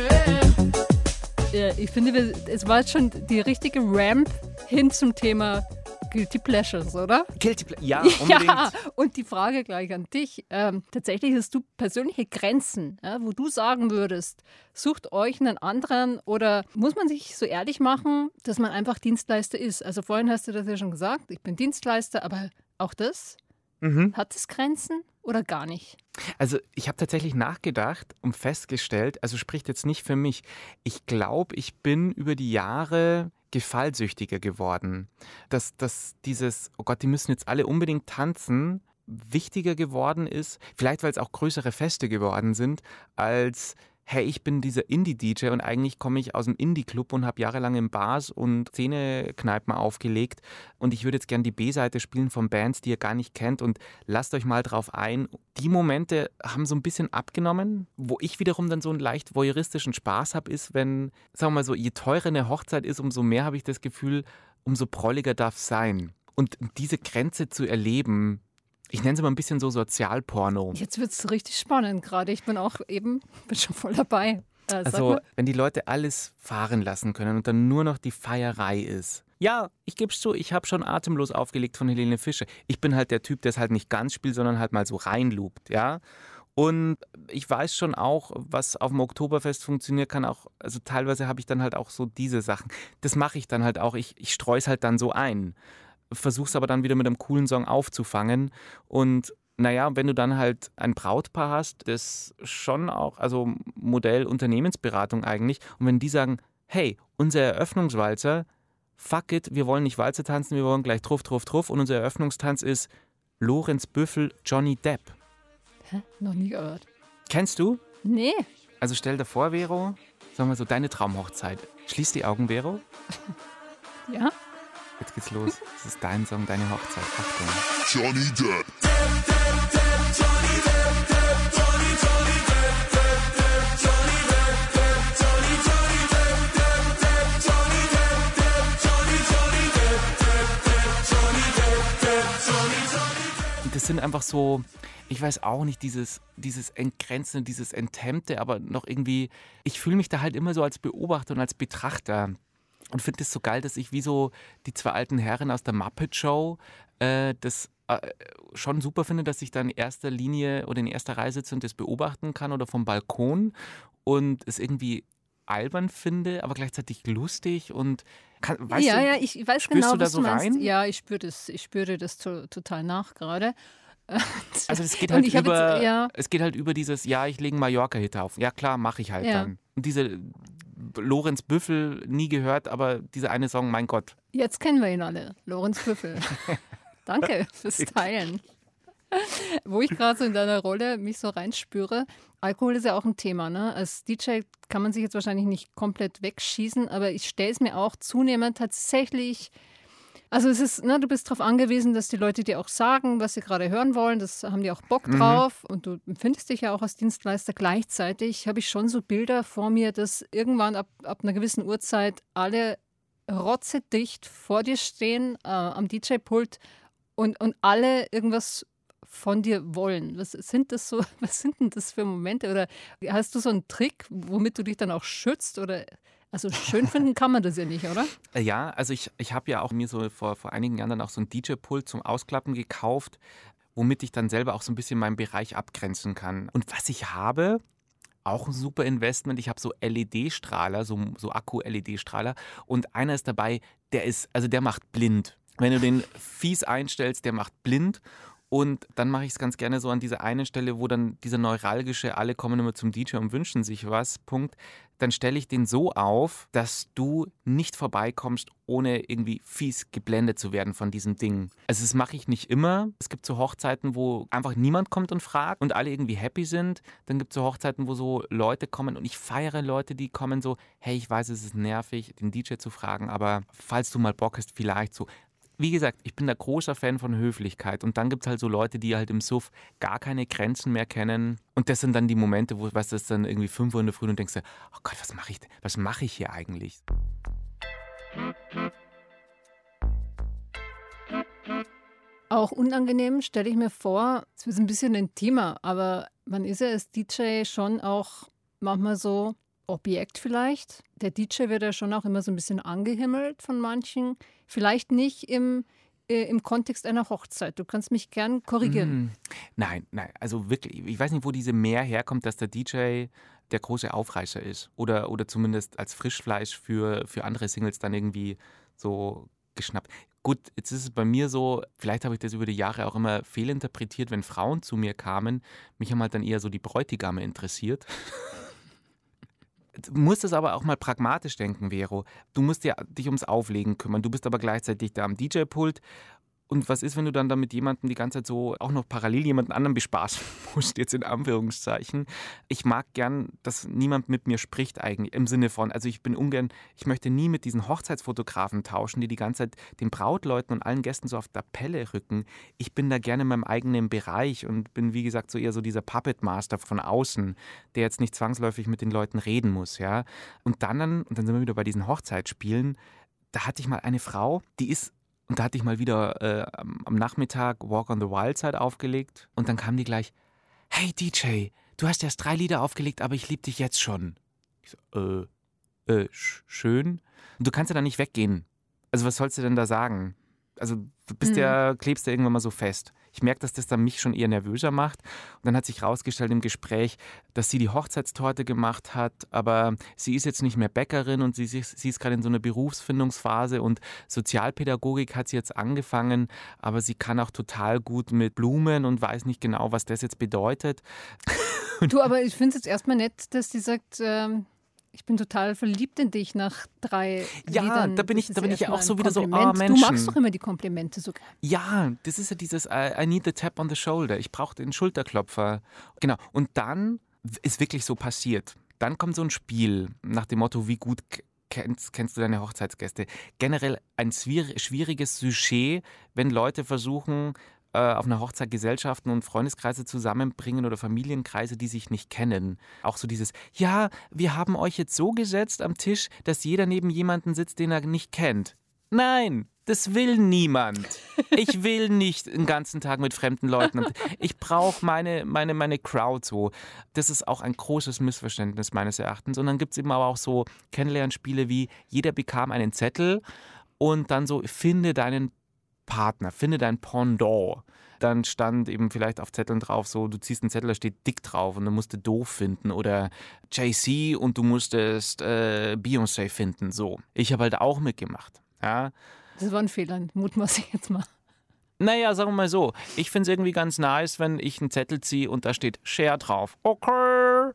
Yeah. Ich finde, es war jetzt schon die richtige Ramp hin zum Thema Guilty Pleasures, oder? Ja, unbedingt. Ja, und die Frage gleich an dich. Tatsächlich hast du persönliche Grenzen, wo du sagen würdest, sucht euch einen anderen oder muss man sich so ehrlich machen, dass man einfach Dienstleister ist? Also vorhin hast du das ja schon gesagt, ich bin Dienstleister, aber auch das, hat es Grenzen oder gar nicht? Also ich habe tatsächlich nachgedacht und festgestellt, also spricht jetzt nicht für mich, ich glaube, ich bin über die Jahre gefallsüchtiger geworden. Dass dieses, oh Gott, die müssen jetzt alle unbedingt tanzen, wichtiger geworden ist, vielleicht weil es auch größere Feste geworden sind, als hey, ich bin dieser Indie-DJ und eigentlich komme ich aus dem Indie-Club und habe jahrelang in Bars und Szenekneipen aufgelegt und ich würde jetzt gerne die B-Seite spielen von Bands, die ihr gar nicht kennt und lasst euch mal drauf ein. Die Momente haben so ein bisschen abgenommen, wo ich wiederum dann so einen leicht voyeuristischen Spaß habe, ist, wenn, sagen wir mal so, je teurer eine Hochzeit ist, umso mehr habe ich das Gefühl, umso prolliger darf es sein. Und diese Grenze zu erleben, ich nenne es mal ein bisschen so Sozialporno. Jetzt wird es richtig spannend gerade. Ich bin schon voll dabei. Also, wenn die Leute alles fahren lassen können und dann nur noch die Feierei ist. Ja, ich gebe es zu, ich habe schon Atemlos aufgelegt von Helene Fischer. Ich bin halt der Typ, der es halt nicht ganz spielt, sondern halt mal so reinlupt, ja. Und ich weiß schon auch, was auf dem Oktoberfest funktioniert, kann auch, also teilweise habe ich dann halt auch so diese Sachen. Das mache ich dann halt auch, ich streue es halt dann so ein. Versuch's aber dann wieder mit einem coolen Song aufzufangen. Und naja, wenn du dann halt ein Brautpaar hast, das schon auch, also Modell Unternehmensberatung eigentlich, und wenn die sagen, hey, unser Eröffnungswalzer, fuck it, wir wollen nicht Walzer tanzen, wir wollen gleich Truff, Truff, Truff und unser Eröffnungstanz ist Lorenz Büffel, Johnny Depp. Hä? Noch nie gehört. Kennst du? Nee. Also stell dir vor, Vero, sagen wir so, deine Traumhochzeit. Schließ die Augen, Vero. Ja? Jetzt geht's los. Das ist dein Song, deine Hochzeit. Achtung. Johnny Depp. Das sind einfach so, ich weiß auch nicht, dieses Entgrenzende, dieses Enthemmte, aber noch irgendwie, ich fühle mich da halt immer so als Beobachter und als Betrachter. Und finde es so geil, dass ich wie so die zwei alten Herren aus der Muppet Show das schon super finde, dass ich da in erster Linie oder in erster Reihe sitze und das beobachten kann oder vom Balkon und es irgendwie albern finde, aber gleichzeitig lustig und weißt ja, du, ja, ich weiß spürst genau, du da was so du meinst. rein? Ja, ich spüre das total nach gerade. Also es geht Und halt ich hab über, jetzt, ja. es geht halt über dieses, ja, ich lege einen Mallorca-Hit auf. Ja klar, mache ich halt Ja. dann. Und diese Lorenz Büffel, nie gehört, aber dieser eine Song, mein Gott. Jetzt kennen wir ihn alle. Lorenz Büffel. Danke fürs Teilen. Wo ich gerade so in deiner Rolle mich so reinspüre, Alkohol ist ja auch ein Thema, ne? Als DJ kann man sich jetzt wahrscheinlich nicht komplett wegschießen, aber ich stelle es mir auch zunehmend tatsächlich, also es ist, ne, du bist darauf angewiesen, dass die Leute dir auch sagen, was sie gerade hören wollen, das haben die auch Bock drauf und du empfindest dich ja auch als Dienstleister. Gleichzeitig habe ich schon so Bilder vor mir, dass irgendwann ab einer gewissen Uhrzeit alle rotzedicht vor dir stehen am DJ-Pult und alle irgendwas von dir wollen. Was sind denn das für Momente? Oder hast du so einen Trick, womit du dich dann auch schützt? Oder also schön finden kann man das ja nicht, oder? Ja, also ich habe ja auch mir so vor einigen Jahren dann auch so ein DJ-Pult zum Ausklappen gekauft, womit ich dann selber auch so ein bisschen meinen Bereich abgrenzen kann. Und was ich habe, auch ein super Investment, ich habe so LED-Strahler, so Akku-LED-Strahler und einer ist dabei, der macht blind. Wenn du den fies einstellst, der macht blind. Und dann mache ich es ganz gerne so an dieser einen Stelle, wo dann dieser neuralgische, alle kommen immer zum DJ und wünschen sich was, Punkt. Dann stelle ich den so auf, dass du nicht vorbeikommst, ohne irgendwie fies geblendet zu werden von diesem Ding. Also das mache ich nicht immer. Es gibt so Hochzeiten, wo einfach niemand kommt und fragt und alle irgendwie happy sind. Dann gibt es so Hochzeiten, wo so Leute kommen und ich feiere Leute, die kommen so, hey, ich weiß, es ist nervig, den DJ zu fragen, aber falls du mal Bock hast, vielleicht so. Wie gesagt, ich bin da großer Fan von Höflichkeit und dann gibt es halt so Leute, die halt im Suff gar keine Grenzen mehr kennen und das sind dann die Momente, wo was das dann irgendwie 5 Uhr in der Früh und denkst du, oh Gott, was mache ich hier eigentlich? Auch unangenehm stelle ich mir vor, es wird ein bisschen intimer, aber man ist ja als DJ schon auch manchmal so Objekt vielleicht. Der DJ wird ja schon auch immer so ein bisschen angehimmelt von manchen. Vielleicht nicht im Kontext einer Hochzeit. Du kannst mich gern korrigieren. Nein, also wirklich, ich weiß nicht, wo diese Mehr herkommt, dass der DJ der große Aufreißer ist oder zumindest als Frischfleisch für andere Singles dann irgendwie so geschnappt. Gut, jetzt ist es bei mir so, vielleicht habe ich das über die Jahre auch immer fehlinterpretiert, wenn Frauen zu mir kamen. Mich haben halt dann eher so die Bräutigame interessiert. Du musst es aber auch mal pragmatisch denken, Vero. Du musst ja dich ums Auflegen kümmern. Du bist aber gleichzeitig da am DJ-Pult. Und was ist, wenn du dann da mit jemandem die ganze Zeit so auch noch parallel jemanden anderen bespaßen musst, jetzt in Anführungszeichen. Ich mag gern, dass niemand mit mir spricht eigentlich, im Sinne von, also ich möchte nie mit diesen Hochzeitsfotografen tauschen, die ganze Zeit den Brautleuten und allen Gästen so auf der Pelle rücken. Ich bin da gerne in meinem eigenen Bereich und bin, wie gesagt, so eher so dieser Puppet Master von außen, der jetzt nicht zwangsläufig mit den Leuten reden muss, ja. Und dann sind wir wieder bei diesen Hochzeitsspielen, da hatte ich mal eine Frau, und da hatte ich mal wieder am Nachmittag Walk on the Wild Side aufgelegt. Und dann kam die gleich, hey DJ, du hast erst 3 Lieder aufgelegt, aber ich liebe dich jetzt schon. Ich so, schön. Und du kannst ja da nicht weggehen. Also was sollst du denn da sagen? Also du klebst ja irgendwann mal so fest. Ich merke, dass das dann mich schon eher nervöser macht. Und dann hat sich herausgestellt im Gespräch, dass sie die Hochzeitstorte gemacht hat, aber sie ist jetzt nicht mehr Bäckerin und sie ist gerade in so einer Berufsfindungsphase und Sozialpädagogik hat sie jetzt angefangen, aber sie kann auch total gut mit Blumen und weiß nicht genau, was das jetzt bedeutet. Du, aber ich finde es jetzt erstmal nett, dass die sagt, ich bin total verliebt in dich nach 3 Ja, Liedern. da bin ich ja auch so wieder so, Kompliment. Menschen. Du magst doch immer die Komplimente sogar. Ja, das ist ja dieses I need the tap on the shoulder. Ich brauche den Schulterklopfer. Genau. Und dann ist wirklich so passiert. Dann kommt so ein Spiel nach dem Motto, wie gut kennst du deine Hochzeitsgäste? Generell ein schwieriges Sujet, wenn Leute versuchen, auf einer Hochzeit Gesellschaften und Freundeskreise zusammenbringen oder Familienkreise, die sich nicht kennen. Auch so dieses, ja, wir haben euch jetzt so gesetzt am Tisch, dass jeder neben jemanden sitzt, den er nicht kennt. Nein, das will niemand. Ich will nicht den ganzen Tag mit fremden Leuten. Ich brauche meine Crowd so. Das ist auch ein großes Missverständnis meines Erachtens. Und dann gibt es eben aber auch so Kennenlernspiele wie, jeder bekam einen Zettel und dann so, finde deinen Partner, finde dein Pendant. Dann stand eben vielleicht auf Zetteln drauf so, du ziehst einen Zettel, da steht dick drauf und dann musst du doof finden oder Jay-Z und du musstest Beyoncé finden, so. Ich habe halt auch mitgemacht, ja. Das war ein Fehler, mutmaße ich jetzt mal. Naja, sagen wir mal so, ich finde es irgendwie ganz nice, wenn ich einen Zettel ziehe und da steht Share drauf. Okay.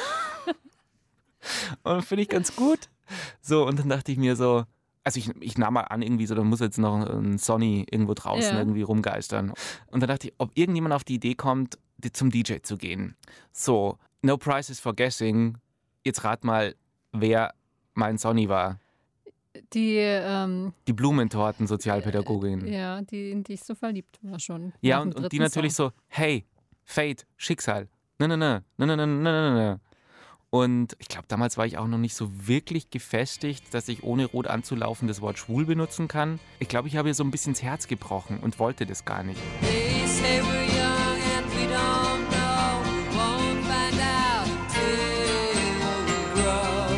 Und finde ich ganz gut. So, und dann dachte ich mir so, also ich nahm mal an, irgendwie so, da muss jetzt noch ein Sonny irgendwo draußen irgendwie rumgeistern. Und dann dachte ich, ob irgendjemand auf die Idee kommt, zum DJ zu gehen. So, no prizes for guessing. Jetzt rat mal, wer mein Sonny war. Die Blumentorten-Sozialpädagogin. Ja, die, in die ich so verliebt war schon. Ja, und die natürlich so, hey, Fate, Schicksal. Und ich glaube, damals war ich auch noch nicht so wirklich gefestigt, dass ich ohne rot anzulaufen das Wort schwul benutzen kann. Ich glaube, ich habe ihr so ein bisschen das Herz gebrochen und wollte das gar nicht. They say we're young and we don't know. Won't find out till we grow.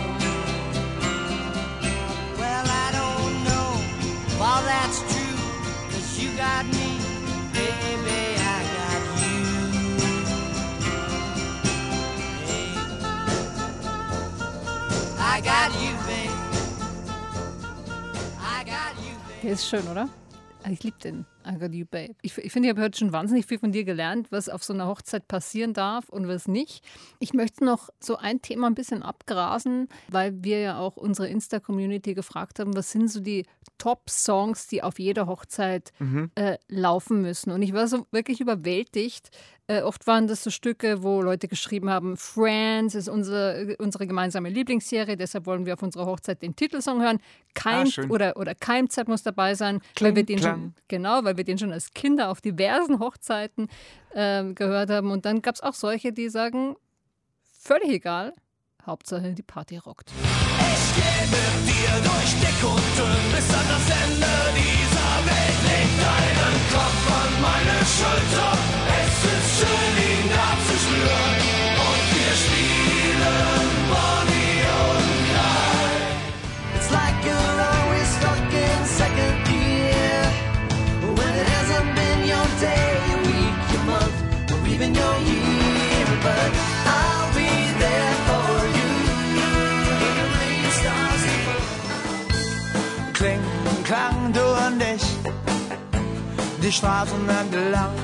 Well, I don't know if all that's true, 'cause you got me, baby, I got you. Hey, I got you, babe. I got you, babe. Der ist schön, oder? Ich liebe den. I Got You, Babe. Ich finde, ich habe heute schon wahnsinnig viel von dir gelernt, was auf so einer Hochzeit passieren darf und was nicht. Ich möchte noch so ein Thema ein bisschen abgrasen, weil wir ja auch unsere Insta-Community gefragt haben, was sind so die Top-Songs, die auf jeder Hochzeit laufen müssen. Und ich war so wirklich überwältigt. Oft waren das so Stücke, wo Leute geschrieben haben, Friends ist unsere gemeinsame Lieblingsserie, deshalb wollen wir auf unserer Hochzeit den Titelsong hören. Oder Keimzeit muss dabei sein, weil wir den schon als Kinder auf diversen Hochzeiten gehört haben. Und dann gab es auch solche, die sagen, völlig egal, Hauptsache die Party rockt. Ich geh mit dir durch dick und dünn, bis an das Ende dieser Welt. Leg deinen Kopf an meine Schulter, es ist schön, ihn abzuspüren. Und wir spielen Bonnie und Clyde. It's like you're always stuck in second gear, when it hasn't been your day, your week, your month, or even your year. But I'll be there for you. Kling, Klang, du und ich, die Straßen entlang.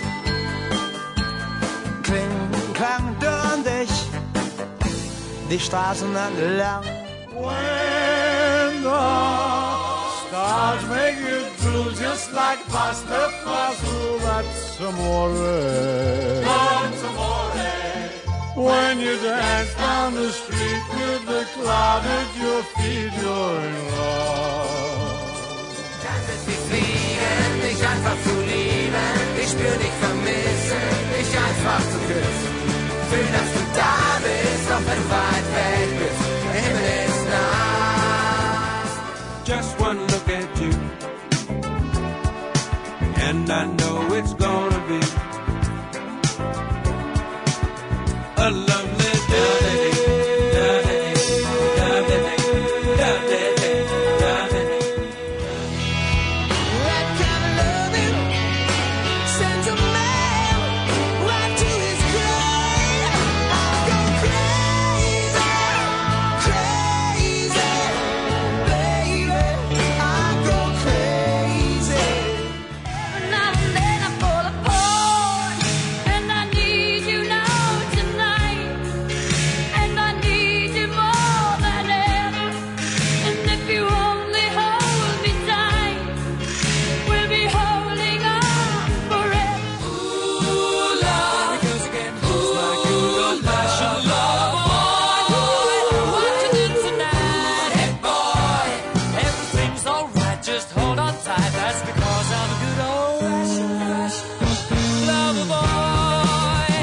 Kling, Klang, du und ich, die Straßen entlang. When the stars make you drool just like pasta fasul, that's amore. That's amore. When you dance down the street with the cloud at your feet, you're in love. Das ist wie Fliegen, dich einfach zu lieben, ich spür dich vermissen, dich einfach zu küssen. Fühl, dass du da bist, auch wenn du weit weg bist, der Himmel ist nah. Just one look at you, and I know it's gonna be a lovely day. That kind of loving sends a man right to his grave. I go crazy, crazy, baby. I go crazy. Every now and then I fall apart, and I need you now tonight, and I need you more than ever. And if you only hold me tight, we'll be holding on forever. Ooh, love, because again, ooh, like you love, passion, love, boy. What you do tonight? Hey, boy. Everything's alright, just hold on tight. That's because I'm a good old Russian lover boy.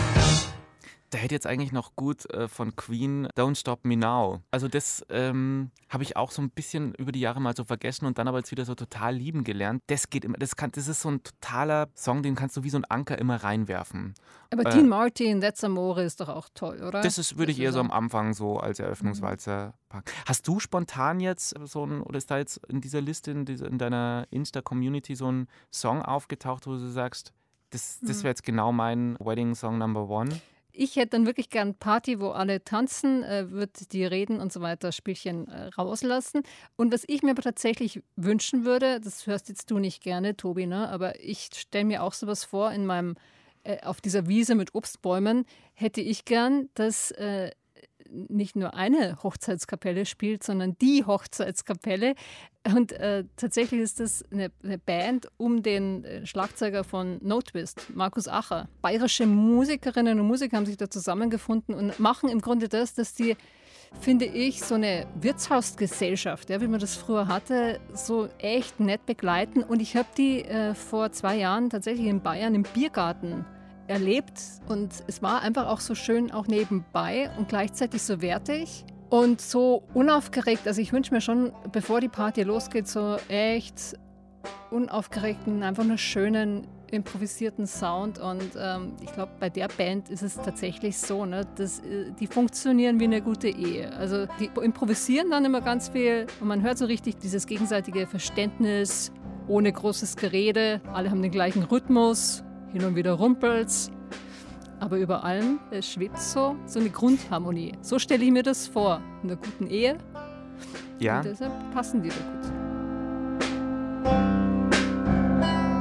Da hätte jetzt eigentlich noch gut von Queen Don't Stop Me Now. Also das habe ich auch so ein bisschen über die Jahre mal so vergessen und dann aber jetzt wieder so total lieben gelernt. Das geht immer, das ist so ein totaler Song, den kannst du wie so ein Anker immer reinwerfen. Aber Dean Martin, That's Amore ist doch auch toll, oder? Würde ich eher so am Anfang so als Eröffnungswalzer packen. Hast du spontan jetzt oder ist da jetzt in dieser Liste, in deiner Insta-Community so ein Song aufgetaucht, wo du sagst, das wäre jetzt genau mein Wedding-Song Number One? Ich hätte dann wirklich gern Party, wo alle tanzen, würde die Reden und so weiter, Spielchen rauslassen. Und was ich mir aber tatsächlich wünschen würde, das hörst jetzt du nicht gerne, Tobi, ne? Aber ich stelle mir auch sowas vor, in meinem auf dieser Wiese mit Obstbäumen hätte ich gern, dass nicht nur eine Hochzeitskapelle spielt, sondern die Hochzeitskapelle. Und tatsächlich ist das eine Band um den Schlagzeuger von No Twist, Markus Acher. Bayerische Musikerinnen und Musiker haben sich da zusammengefunden und machen im Grunde das, dass die, finde ich, so eine Wirtshausgesellschaft, ja, wie man das früher hatte, so echt nett begleiten. Und ich habe die vor 2 Jahren tatsächlich in Bayern im Biergarten erlebt und es war einfach auch so schön auch nebenbei und gleichzeitig so wertig und so unaufgeregt. Also ich wünsche mir schon, bevor die Party losgeht, so echt unaufgeregten, einfach nur schönen, improvisierten Sound und ich glaube, bei der Band ist es tatsächlich so, ne, dass die funktionieren wie eine gute Ehe. Also die improvisieren dann immer ganz viel und man hört so richtig dieses gegenseitige Verständnis, ohne großes Gerede, alle haben den gleichen Rhythmus. Hin und wieder rumpelt's, aber über allem schwebt so eine Grundharmonie. So stelle ich mir das vor, in einer guten Ehe. Ja. Und deshalb passen die da gut.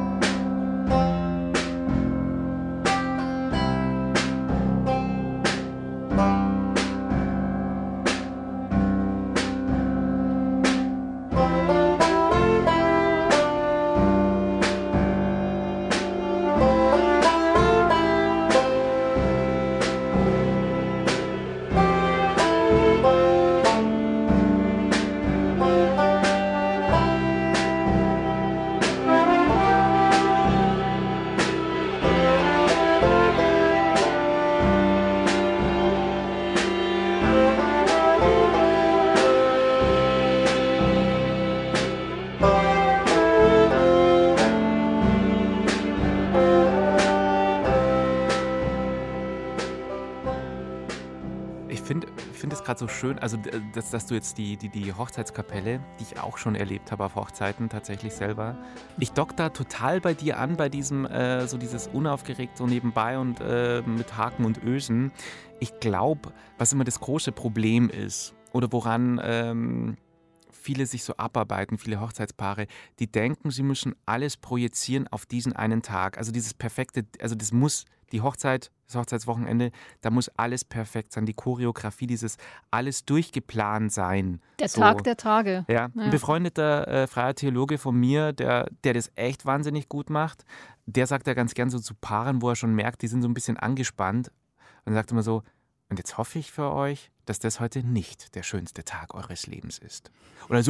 gerade so schön, also dass du jetzt die Hochzeitskapelle, die ich auch schon erlebt habe auf Hochzeiten, tatsächlich selber. Ich dock da total bei dir an, bei diesem, so dieses unaufgeregt so nebenbei und mit Haken und Ösen. Ich glaube, was immer das große Problem ist oder woran viele sich so abarbeiten, viele Hochzeitspaare, die denken, sie müssen alles projizieren auf diesen einen Tag. Also dieses perfekte, also das muss, die Hochzeit, das Hochzeitswochenende, da muss alles perfekt sein. Die Choreografie, dieses alles durchgeplant sein. Der Tag der Tage. Ja, ein befreundeter freier Theologe von mir, der das echt wahnsinnig gut macht, der sagt ja ganz gern so zu Paaren, wo er schon merkt, die sind so ein bisschen angespannt. Und er sagt immer so, und jetzt hoffe ich für euch, dass das heute nicht der schönste Tag eures Lebens ist. Und dann so,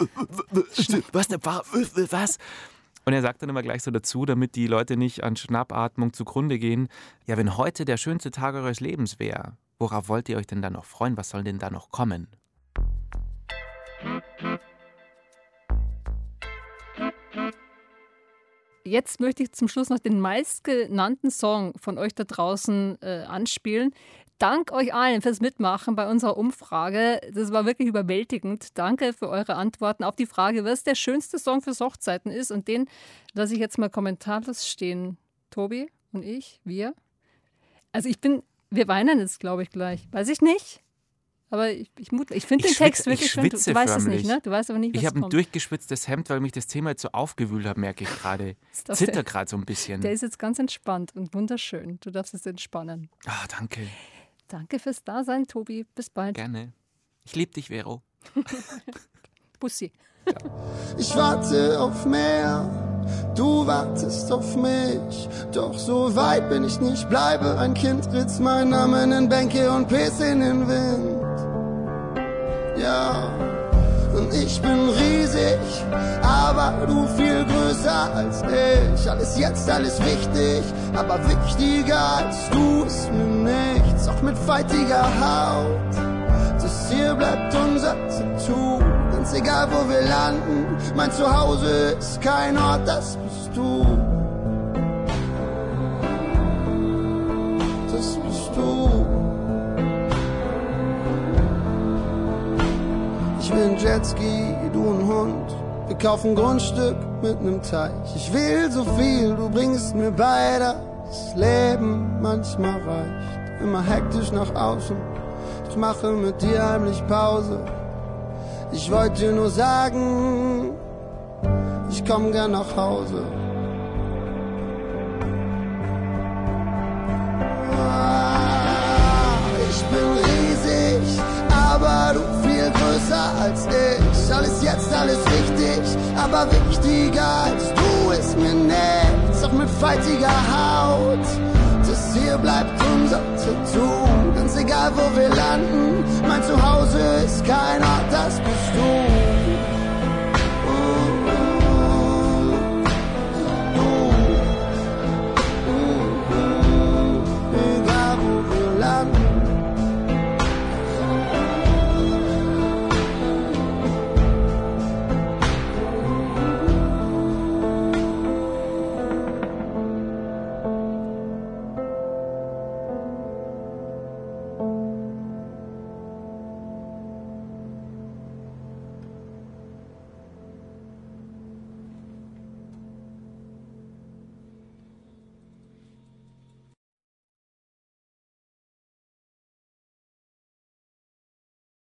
was? Und er sagt dann immer gleich so dazu, damit die Leute nicht an Schnappatmung zugrunde gehen, ja, wenn heute der schönste Tag eures Lebens wäre, worauf wollt ihr euch denn dann noch freuen? Was soll denn da noch kommen? Jetzt möchte ich zum Schluss noch den meistgenannten Song von euch da draußen anspielen. Dank euch allen fürs Mitmachen bei unserer Umfrage. Das war wirklich überwältigend. Danke für eure Antworten auf die Frage, was der schönste Song fürs Hochzeiten ist. Und den lasse ich jetzt mal kommentarlos stehen. Tobi und ich, wir. Also wir weinen jetzt, glaube ich, gleich. Weiß ich nicht. Aber ich finde den Text wirklich schön. Du weißt es nicht, ne? Du weißt aber nicht, was Ich habe ein kommt. durchgeschwitztes Hemd, weil mich das Thema jetzt so aufgewühlt hat, merke ich gerade. Zitter gerade so ein bisschen. Der ist jetzt ganz entspannt und wunderschön. Du darfst es entspannen. Ah, danke. Danke fürs Dasein, Tobi. Bis bald. Gerne. Ich liebe dich, Vero. Bussi. Ich warte auf mehr, du wartest auf mich. Doch so weit bin ich nicht, bleibe ein Kind, ritz mein Namen in Bänke und Päs in den Wind. Ja, und ich bin riesig, aber du viel größer als ich. Alles jetzt, alles wichtig, aber wichtiger als du ist mir nichts. Auch mit faltiger Haut, das hier bleibt unser Tattoo. Ganz egal, wo wir landen, mein Zuhause ist kein Ort, das bist du. Das bist du. Ich will ein Jetski, du ein Hund. Wir kaufen ein Grundstück mit nem Teich. Ich will so viel, du bringst mir bei, das Leben manchmal reicht. Immer hektisch nach außen, ich mache mit dir heimlich Pause. Ich wollte dir nur sagen, ich komm gern nach Hause. Ich bin riesig, aber du viel größer als ich. Alles jetzt, alles wichtig, aber wichtiger als du ist mir nichts. Auch mit faltiger Haut, das hier bleibt unser Tattoo. Ganz egal, wo wir landen, mein Zuhause ist kein Ort, das